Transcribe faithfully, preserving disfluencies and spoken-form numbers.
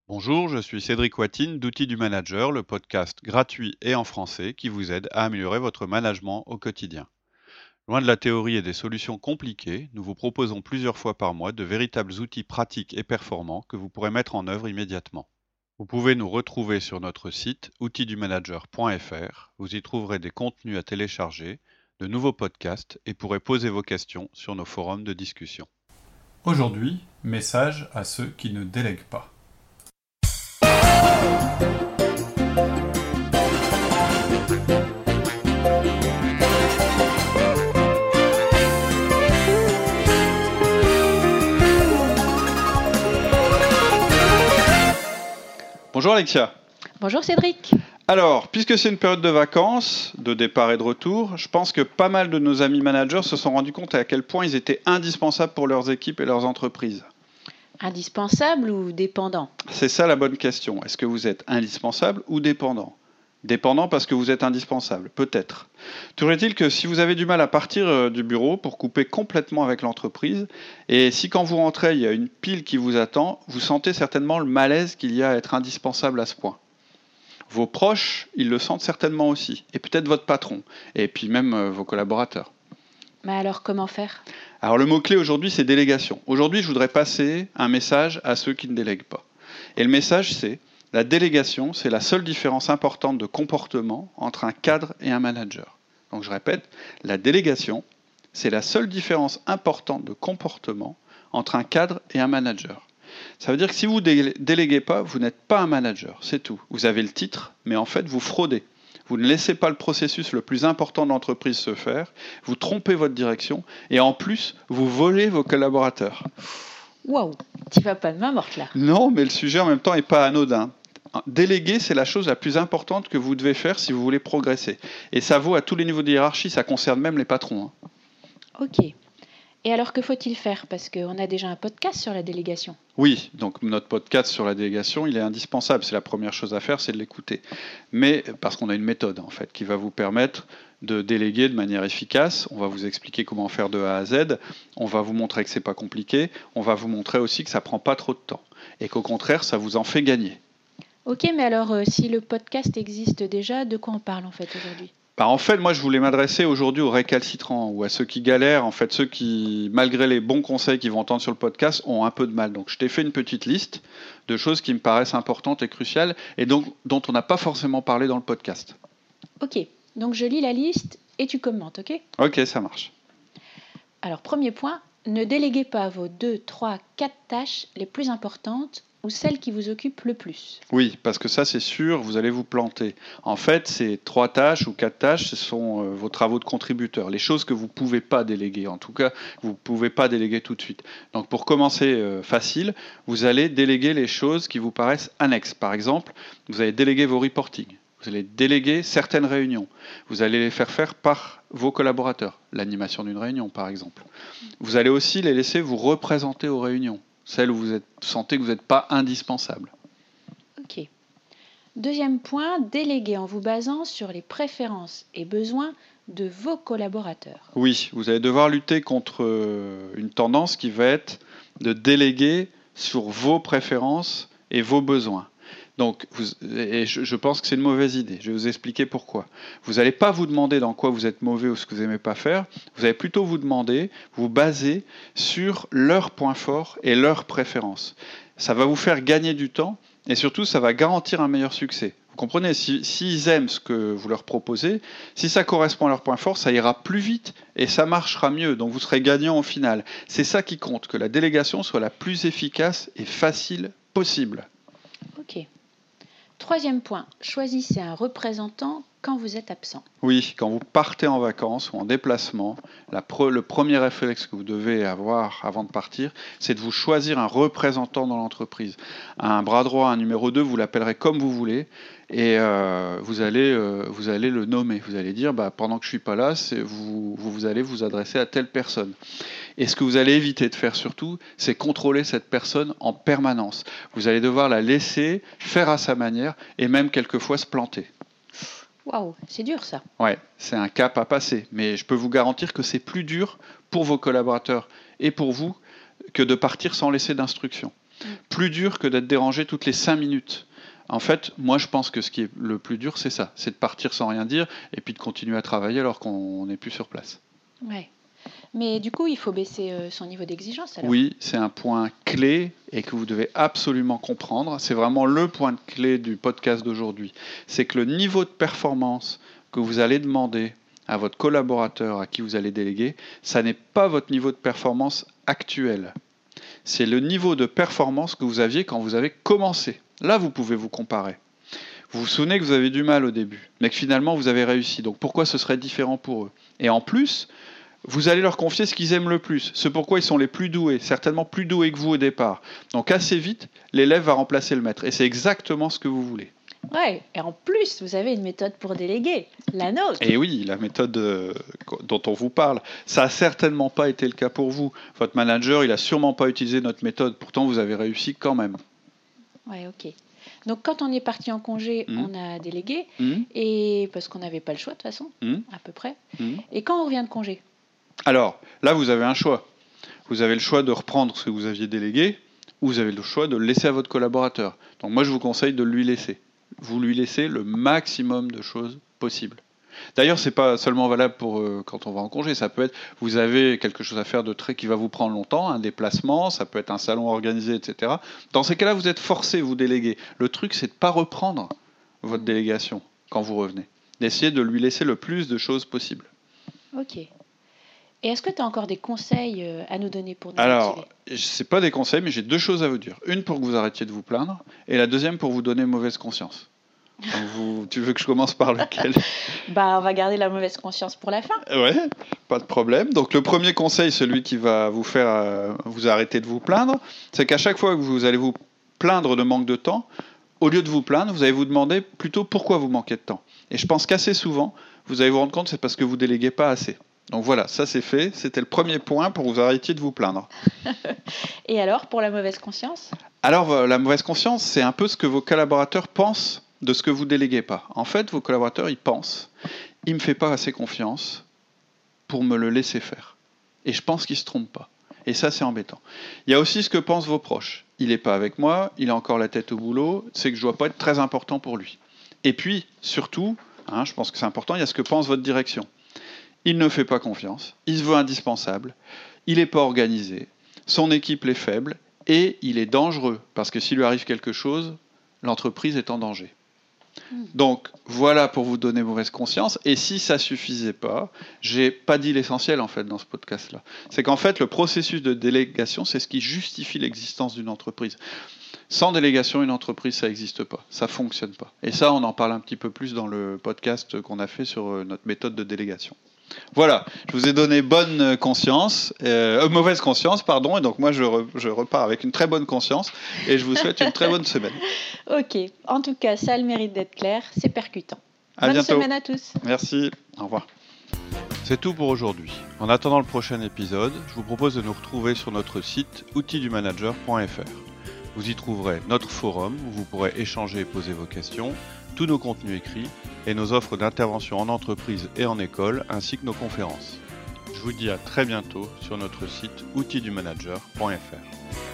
Bonjour, je suis Cédric Watine d'Outils du Manager, le podcast gratuit et en français qui vous aide à améliorer votre management au quotidien. Loin de la théorie et des solutions compliquées, nous vous proposons plusieurs fois par mois de véritables outils pratiques et performants que vous pourrez mettre en œuvre immédiatement. Vous pouvez nous retrouver sur notre site outils du manager point f r. Vous y trouverez des contenus à télécharger, de nouveaux podcasts et pourrez poser vos questions sur nos forums de discussion. Aujourd'hui, message à ceux qui ne délèguent pas. Bonjour Alexia. Bonjour Cédric. Alors, puisque c'est une période de vacances, de départ et de retour, je pense que pas mal de nos amis managers se sont rendus compte à quel point ils étaient indispensables pour leurs équipes et leurs entreprises. Indispensable ou dépendant? C'est ça la bonne question. Est-ce que vous êtes indispensable ou dépendant ? Dépendant parce que vous êtes indispensable, peut-être. Toujours est-il que si vous avez du mal à partir du bureau pour couper complètement avec l'entreprise, et si quand vous rentrez, il y a une pile qui vous attend, vous sentez certainement le malaise qu'il y a à être indispensable à ce point. Vos proches, ils le sentent certainement aussi, et peut-être votre patron, et puis même euh, vos collaborateurs. Mais alors comment faire? Alors le mot-clé aujourd'hui, c'est délégation. Aujourd'hui, je voudrais passer un message à ceux qui ne délèguent pas. Et le message, c'est la délégation, c'est la seule différence importante de comportement entre un cadre et un manager. Donc je répète, la délégation, c'est la seule différence importante de comportement entre un cadre et un manager. Ça veut dire que si vous ne déléguez pas, vous n'êtes pas un manager, c'est tout. Vous avez le titre, mais en fait, vous fraudez. Vous ne laissez pas le processus le plus important de l'entreprise se faire, vous trompez votre direction, et en plus, vous volez vos collaborateurs. Waouh, tu vas pas de main morte là. Non, mais le sujet en même temps n'est pas anodin. Déléguer, c'est la chose la plus importante que vous devez faire si vous voulez progresser. Et ça vaut à tous les niveaux de hiérarchie, ça concerne même les patrons. Ok. Et alors que faut-il faire? Parce qu'on a déjà un podcast sur la délégation. Oui, donc notre podcast sur la délégation, il est indispensable. C'est la première chose à faire, c'est de l'écouter. Mais parce qu'on a une méthode en fait qui va vous permettre de déléguer de manière efficace. On va vous expliquer comment faire de A à Z. On va vous montrer que c'est pas compliqué. On va vous montrer aussi que ça prend pas trop de temps et qu'au contraire, ça vous en fait gagner. Ok, mais alors euh, si le podcast existe déjà, de quoi on parle en fait aujourd'hui? Bah en fait, moi, je voulais m'adresser aujourd'hui aux récalcitrants ou à ceux qui galèrent, en fait, ceux qui, malgré les bons conseils qu'ils vont entendre sur le podcast, ont un peu de mal. Donc, je t'ai fait une petite liste de choses qui me paraissent importantes et cruciales et donc dont on n'a pas forcément parlé dans le podcast. Ok, donc je lis la liste et tu commentes, ok? Ok, ça marche. Alors, premier point, ne déléguez pas vos deux, trois, quatre tâches les plus importantes ou celles qui vous occupent le plus. Oui, parce que ça, c'est sûr, vous allez vous planter. En fait, ces trois tâches ou quatre tâches, ce sont euh, vos travaux de contributeurs, les choses que vous ne pouvez pas déléguer. En tout cas, vous ne pouvez pas déléguer tout de suite. Donc, pour commencer euh, facile, vous allez déléguer les choses qui vous paraissent annexes. Par exemple, vous allez déléguer vos reportings. Vous allez déléguer certaines réunions. Vous allez les faire faire par vos collaborateurs. L'animation d'une réunion, par exemple. Vous allez aussi les laisser vous représenter aux réunions. Celles où vous êtes, sentez que vous n'êtes pas indispensable. Ok. Deuxième point, déléguer en vous basant sur les préférences et besoins de vos collaborateurs. Oui, vous allez devoir lutter contre une tendance qui va être de déléguer sur vos préférences et vos besoins. Donc, vous, et je, je pense que c'est une mauvaise idée. Je vais vous expliquer pourquoi. Vous n'allez pas vous demander dans quoi vous êtes mauvais ou ce que vous n'aimez pas faire. Vous allez plutôt vous demander, vous baser sur leurs points forts et leurs préférences. Ça va vous faire gagner du temps et surtout, ça va garantir un meilleur succès. Vous comprenez, si, s'ils aiment ce que vous leur proposez, si ça correspond à leurs points forts, ça ira plus vite et ça marchera mieux. Donc, vous serez gagnant au final. C'est ça qui compte, que la délégation soit la plus efficace et facile possible. Ok. Troisième point, choisissez un représentant quand vous êtes absent. Oui, quand vous partez en vacances ou en déplacement, la pre- le premier réflexe que vous devez avoir avant de partir, c'est de vous choisir un représentant dans l'entreprise. Un bras droit, un numéro deux, vous l'appellerez comme vous voulez et euh, vous, allez, euh, vous allez le nommer. Vous allez dire, bah, pendant que je ne suis pas là, c'est vous, vous, vous allez vous adresser à telle personne. Et ce que vous allez éviter de faire surtout, c'est contrôler cette personne en permanence. Vous allez devoir la laisser faire à sa manière et même quelquefois se planter. Waouh, c'est dur ça. Ouais, c'est un cap à passer. Mais je peux vous garantir que c'est plus dur pour vos collaborateurs et pour vous que de partir sans laisser d'instructions. Plus dur que d'être dérangé toutes les cinq minutes. En fait, moi je pense que ce qui est le plus dur, c'est ça, c'est de partir sans rien dire et puis de continuer à travailler alors qu'on n'est plus sur place. Ouais. Mais du coup, il faut baisser euh, son niveau d'exigence alors. Oui, c'est un point clé et que vous devez absolument comprendre. C'est vraiment le point clé du podcast d'aujourd'hui. C'est que le niveau de performance que vous allez demander à votre collaborateur à qui vous allez déléguer, ça n'est pas votre niveau de performance actuel. C'est le niveau de performance que vous aviez quand vous avez commencé. Là, vous pouvez vous comparer. Vous vous souvenez que vous avez du mal au début, mais que finalement vous avez réussi. Donc pourquoi ce serait différent pour eux? Et en plus, vous allez leur confier ce qu'ils aiment le plus, ce pourquoi ils sont les plus doués, certainement plus doués que vous au départ. Donc assez vite, l'élève va remplacer le maître. Et c'est exactement ce que vous voulez. Ouais, et en plus, vous avez une méthode pour déléguer, la nôtre. Et oui, la méthode euh, dont on vous parle, ça n'a certainement pas été le cas pour vous. Votre manager, il n'a sûrement pas utilisé notre méthode, pourtant vous avez réussi quand même. Ouais, ok. Donc quand on est parti en congé, Mmh. on a délégué, Mmh. et parce qu'on n'avait pas le choix de toute façon, Mmh. à peu près. Mmh. Et quand on revient de congé? Alors, là, vous avez un choix. Vous avez le choix de reprendre ce que vous aviez délégué, ou vous avez le choix de le laisser à votre collaborateur. Donc moi, je vous conseille de lui laisser. Vous lui laissez le maximum de choses possibles. D'ailleurs, c'est pas seulement valable pour euh, quand on va en congé. Ça peut être, vous avez quelque chose à faire de très qui va vous prendre longtemps, un déplacement, ça peut être un salon organisé, et cetera. Dans ces cas-là, vous êtes forcé, vous déléguer. Le truc, c'est de pas reprendre votre délégation quand vous revenez. D'essayer de lui laisser le plus de choses possibles. Ok. Et est-ce que tu as encore des conseils euh, à nous donner pour nous Alors, motiver? c'est pas des conseils, mais j'ai deux choses à vous dire. Une pour que vous arrêtiez de vous plaindre, et la deuxième pour vous donner mauvaise conscience. Donc vous, tu veux que je commence par lequel? Bah, on va garder la mauvaise conscience pour la fin. Ouais, pas de problème. Donc le premier conseil, celui qui va vous faire euh, vous arrêter de vous plaindre, c'est qu'à chaque fois que vous allez vous plaindre de manque de temps, au lieu de vous plaindre, vous allez vous demander plutôt pourquoi vous manquez de temps. Et je pense qu'assez souvent, vous allez vous rendre compte que c'est parce que vous déléguez pas assez. Donc voilà, ça c'est fait. C'était le premier point pour que vous arrêtiez de vous plaindre. Et alors, pour la mauvaise conscience? Alors euh, la mauvaise conscience, c'est un peu ce que vos collaborateurs pensent de ce que vous déléguez pas. En fait, vos collaborateurs, ils pensent, il me fait pas assez confiance pour me le laisser faire. Et je pense qu'ils se trompent pas. Et ça, c'est embêtant. Il y a aussi ce que pensent vos proches. Il n'est pas avec moi, il a encore la tête au boulot, c'est que je dois pas être très important pour lui. Et puis, surtout, hein, je pense que c'est important, il y a ce que pense votre direction. Il ne fait pas confiance, il se veut indispensable, il n'est pas organisé, son équipe est faible et il est dangereux parce que s'il lui arrive quelque chose, l'entreprise est en danger. Donc voilà pour vous donner mauvaise conscience. Et si ça suffisait pas, j'ai pas dit l'essentiel en fait dans ce podcast-là. C'est qu'en fait le processus de délégation, c'est ce qui justifie l'existence d'une entreprise. Sans délégation, une entreprise, ça n'existe pas, ça fonctionne pas. Et ça, on en parle un petit peu plus dans le podcast qu'on a fait sur notre méthode de délégation. Voilà, je vous ai donné bonne conscience, euh, mauvaise conscience, pardon, et donc moi je, re, je repars avec une très bonne conscience et je vous souhaite une très bonne semaine. Ok, en tout cas, ça a le mérite d'être clair, c'est percutant. À Bonne bientôt. semaine à tous. Merci, au revoir. C'est tout pour aujourd'hui. En attendant le prochain épisode, je vous propose de nous retrouver sur notre site outils du manager point f r. Vous y trouverez notre forum où vous pourrez échanger et poser vos questions, tous nos contenus écrits et nos offres d'intervention en entreprise et en école, ainsi que nos conférences. Je vous dis à très bientôt sur notre site outils du manager point f r.